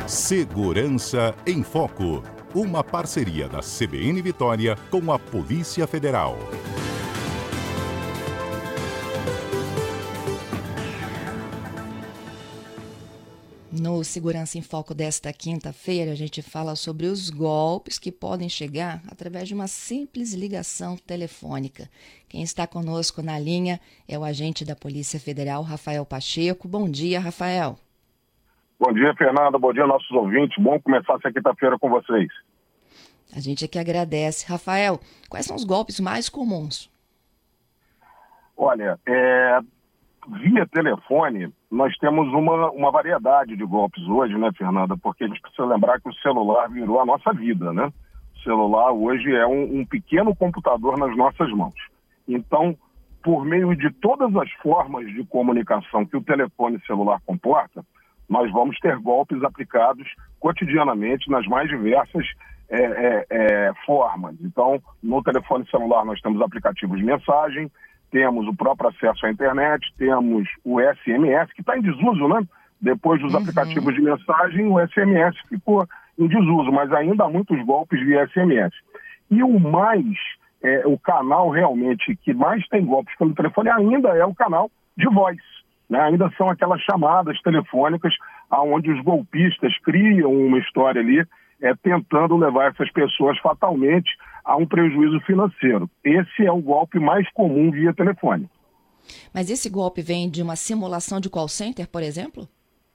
Segurança em Foco. Uma parceria da CBN Vitória com a Polícia Federal. No Segurança em Foco desta quinta-feira, a gente fala sobre os golpes que podem chegar através de uma simples ligação telefônica. Quem está conosco na linha é o agente da Polícia Federal, Rafael Pacheco. Bom dia, Rafael. Bom dia, Fernanda. Bom dia, nossos ouvintes. Bom começar essa quinta-feira com vocês. A gente é que agradece. Rafael, quais são os golpes mais comuns? Olha, via telefone, nós temos uma variedade de golpes hoje, né, Fernanda? Porque a gente precisa lembrar que o celular virou a nossa vida, né? O celular hoje é um pequeno computador nas nossas mãos. Então, por meio de todas as formas de comunicação que o telefone celular comporta, nós vamos ter golpes aplicados cotidianamente nas mais diversas formas. Então, no telefone celular nós temos aplicativos de mensagem, temos o próprio acesso à internet, temos o SMS, que está em desuso, né? Depois dos aplicativos de mensagem, o SMS ficou em desuso, mas ainda há muitos golpes via SMS. E o canal realmente que mais tem golpes pelo telefone ainda é o canal de voz. Né? Ainda são aquelas chamadas telefônicas onde os golpistas criam uma história ali, tentando levar essas pessoas fatalmente a um prejuízo financeiro. Esse é o golpe mais comum via telefone. Mas esse golpe vem de uma simulação de call center, por exemplo?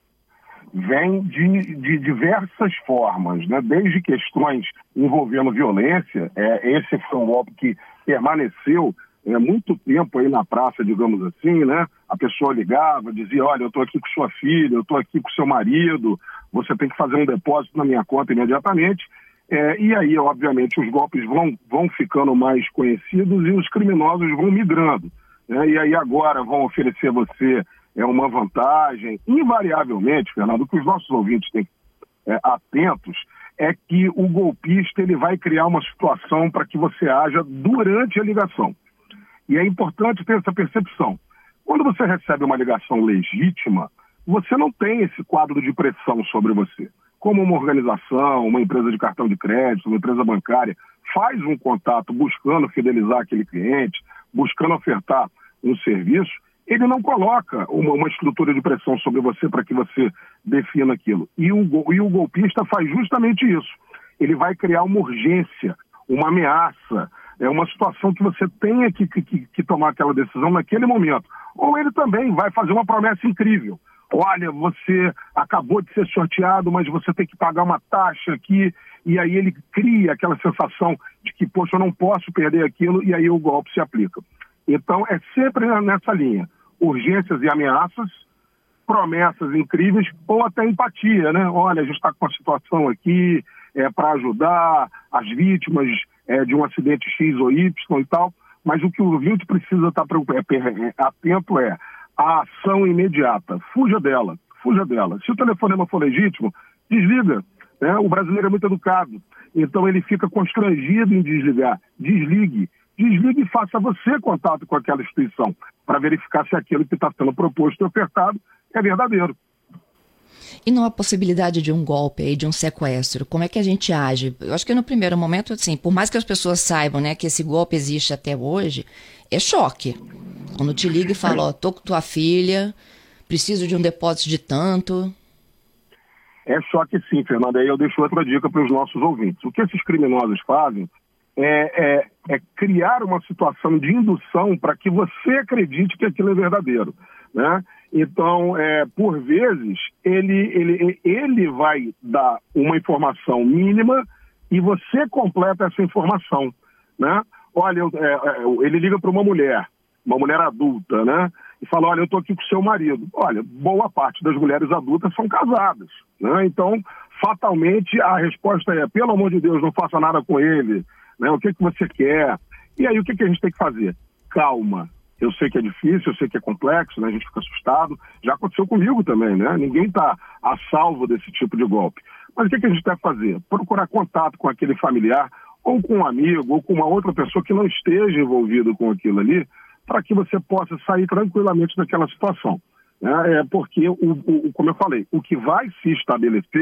Vem de diversas formas, né? Desde questões envolvendo violência, esse foi um golpe que permaneceu muito tempo aí na praça, digamos assim, né? A pessoa ligava, dizia, olha, eu estou aqui com sua filha, eu estou aqui com seu marido, você tem que fazer um depósito na minha conta imediatamente. E aí, obviamente, os golpes vão ficando mais conhecidos e os criminosos vão migrando. Né? E aí agora vão oferecer a você uma vantagem. Invariavelmente, Fernando, o que os nossos ouvintes têm atentos é que o golpista ele vai criar uma situação para que você haja durante a ligação. E é importante ter essa percepção. Quando você recebe uma ligação legítima, você não tem esse quadro de pressão sobre você. Como uma organização, uma empresa de cartão de crédito, uma empresa bancária, faz um contato buscando fidelizar aquele cliente, buscando ofertar um serviço, ele não coloca uma estrutura de pressão sobre você para que você defina aquilo. E o golpista faz justamente isso. Ele vai criar uma urgência, uma ameaça, uma situação que você tenha que tomar aquela decisão naquele momento. Ou ele também vai fazer uma promessa incrível. Olha, você acabou de ser sorteado, mas você tem que pagar uma taxa aqui. E aí ele cria aquela sensação de que, poxa, eu não posso perder aquilo, e aí o golpe se aplica. Então, é sempre nessa linha. Urgências e ameaças, promessas incríveis ou até empatia, né? Olha, a gente está com uma situação aqui para ajudar as vítimas de um acidente X ou Y e tal, mas o que o ouvinte precisa estar atento a ação imediata. Fuja dela. Se o telefonema for legítimo, desliga. Né? O brasileiro é muito educado, então ele fica constrangido em desligar. Desligue e faça você contato com aquela instituição para verificar se aquilo que está sendo proposto e ofertado é verdadeiro. E não há possibilidade de um golpe aí, de um sequestro? Como é que a gente age? Eu acho que no primeiro momento, assim, por mais que as pessoas saibam, né, que esse golpe existe até hoje, é choque. Quando te liga e fala, tô com tua filha, preciso de um depósito de tanto. É choque sim, Fernanda. Aí eu deixo outra dica para os nossos ouvintes. O que esses criminosos fazem é criar uma situação de indução para que você acredite que aquilo é verdadeiro, né? Então, por vezes, ele vai dar uma informação mínima e você completa essa informação, né? Olha, ele liga para uma mulher adulta, né? E fala, olha, eu estou aqui com o seu marido. Olha, boa parte das mulheres adultas são casadas, né? Então, fatalmente, a resposta é, pelo amor de Deus, não faça nada com ele, né? O que você quer? E aí, o que a gente tem que fazer? Calma. Eu sei que é difícil, eu sei que é complexo, né? A gente fica assustado. Já aconteceu comigo também, né? Ninguém está a salvo desse tipo de golpe. Mas o que a gente deve fazer? Procurar contato com aquele familiar, ou com um amigo, ou com uma outra pessoa que não esteja envolvida com aquilo ali, para que você possa sair tranquilamente daquela situação. Né? Porque, como eu falei, o que vai se estabelecer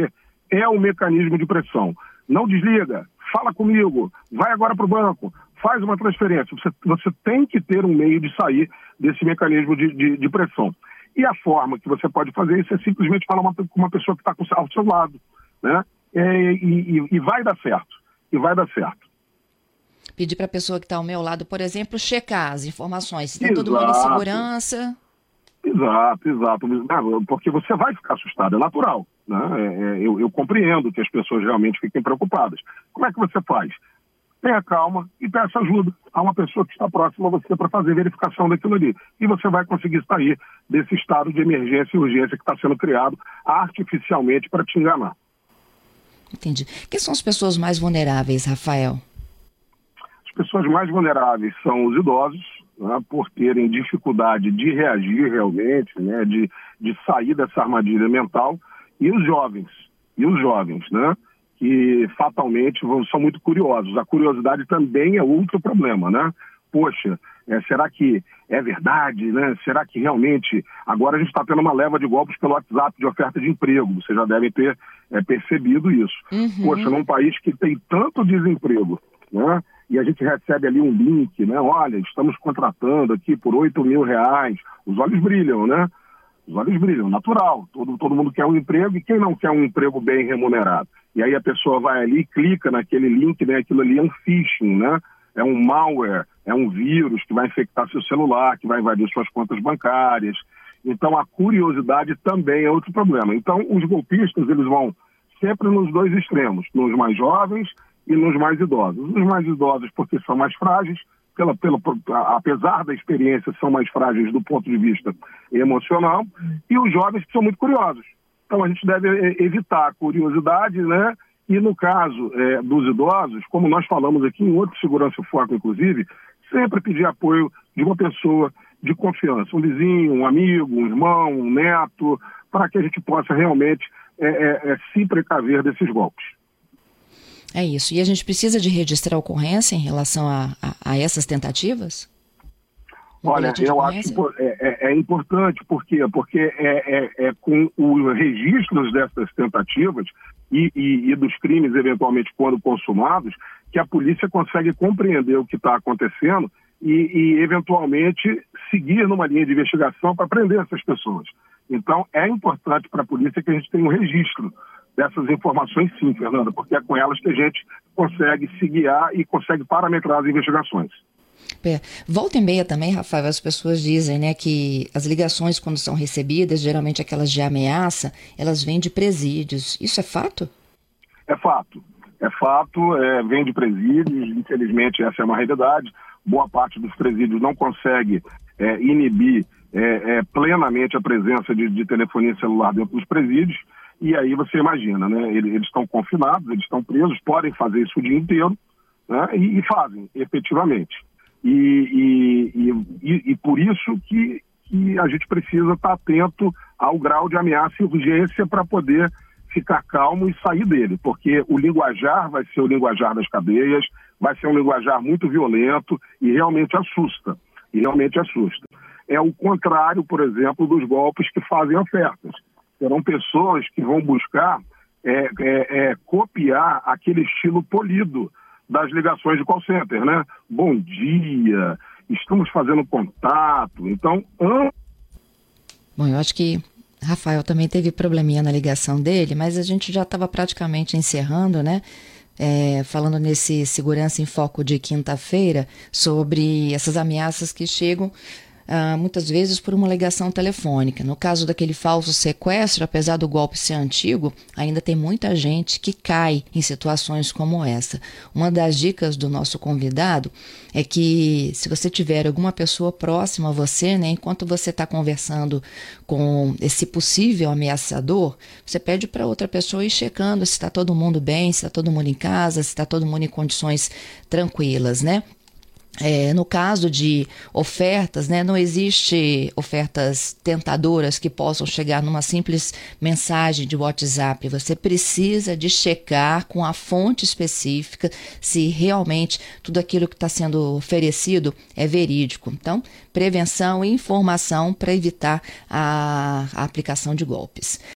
é o mecanismo de pressão. Não desliga, fala comigo, vai agora para o banco, faz uma transferência. Você tem que ter um meio de sair desse mecanismo de pressão. E a forma que você pode fazer isso é simplesmente falar com uma pessoa que está ao seu lado, né? E vai dar certo. E vai dar certo. Pedir para a pessoa que está ao meu lado, por exemplo, checar as informações. Se está todo mundo em segurança. Exato. Porque você vai ficar assustado, é natural, né? Eu compreendo que as pessoas realmente fiquem preocupadas. Como é que você faz? Tenha calma e peça ajuda a uma pessoa que está próxima a você para fazer verificação daquilo ali. E você vai conseguir sair desse estado de emergência e urgência que está sendo criado artificialmente para te enganar. Entendi. Quem são as pessoas mais vulneráveis, Rafael? As pessoas mais vulneráveis são os idosos, né, por terem dificuldade de reagir realmente, né, de sair dessa armadilha mental, e os jovens, né, que fatalmente são muito curiosos. A curiosidade também é outro problema, né? Poxa, será que é verdade, né? Será que realmente... Agora a gente está tendo uma leva de golpes pelo WhatsApp de oferta de emprego, vocês já devem ter percebido isso. Uhum. Poxa, num país que tem tanto desemprego, né? E a gente recebe ali um link, né? Olha, estamos contratando aqui por R$8.000. Os olhos brilham, né? Os olhos brilham, natural. Todo mundo quer um emprego, e quem não quer um emprego bem remunerado? E aí a pessoa vai ali, clica naquele link, né? Aquilo ali é um phishing, né? É um malware, é um vírus que vai infectar seu celular, que vai invadir suas contas bancárias. Então a curiosidade também é outro problema. Então os golpistas, eles vão sempre nos dois extremos, nos mais jovens e nos mais idosos. Os mais idosos porque são mais frágeis, apesar da experiência, são mais frágeis do ponto de vista emocional, e os jovens que são muito curiosos. Então a gente deve evitar a curiosidade, né? E no caso dos idosos, como nós falamos aqui em outro Segurança em Foco, inclusive, sempre pedir apoio de uma pessoa de confiança, um vizinho, um amigo, um irmão, um neto, para que a gente possa realmente se precaver desses golpes. É isso. E a gente precisa de registrar a ocorrência em relação a essas tentativas? Olha, eu acho que é importante, por quê? Porque com os registros dessas tentativas e dos crimes, eventualmente, quando consumados, que a polícia consegue compreender o que está acontecendo e, eventualmente, seguir numa linha de investigação para prender essas pessoas. Então, é importante para a polícia que a gente tenha um registro dessas informações, sim, Fernanda, porque é com elas que a gente consegue se guiar e consegue parametrar as investigações. Volta e meia também, Rafael, as pessoas dizem, né, que as ligações, quando são recebidas, geralmente aquelas de ameaça, elas vêm de presídios. Isso é fato? É fato. Vem de presídios, infelizmente essa é uma realidade. Boa parte dos presídios não consegue inibir plenamente a presença de telefonia celular dentro dos presídios. E aí você imagina, né? Eles estão confinados, eles estão presos, podem fazer isso o dia inteiro, né? E fazem, efetivamente. E por isso que a gente precisa estar atento ao grau de ameaça e urgência para poder ficar calmo e sair dele, porque o linguajar vai ser o linguajar das cadeias, vai ser um linguajar muito violento e realmente assusta. É o contrário, por exemplo, dos golpes que fazem ofertas. Serão pessoas que vão buscar copiar aquele estilo polido das ligações de call center, né? Bom dia, estamos fazendo contato. Então, Bom, eu acho que Rafael também teve probleminha na ligação dele, mas a gente já estava praticamente encerrando, né? Falando nesse Segurança em Foco de quinta-feira, sobre essas ameaças que chegam muitas vezes por uma ligação telefônica. No caso daquele falso sequestro, apesar do golpe ser antigo, ainda tem muita gente que cai em situações como essa. Uma das dicas do nosso convidado é que, se você tiver alguma pessoa próxima a você, né, enquanto você está conversando com esse possível ameaçador, você pede para outra pessoa ir checando se está todo mundo bem, se está todo mundo em casa, se está todo mundo em condições tranquilas, né? No caso de ofertas, né, não existe ofertas tentadoras que possam chegar numa simples mensagem de WhatsApp. Você precisa de checar com a fonte específica se realmente tudo aquilo que está sendo oferecido é verídico. Então, prevenção e informação para evitar a aplicação de golpes.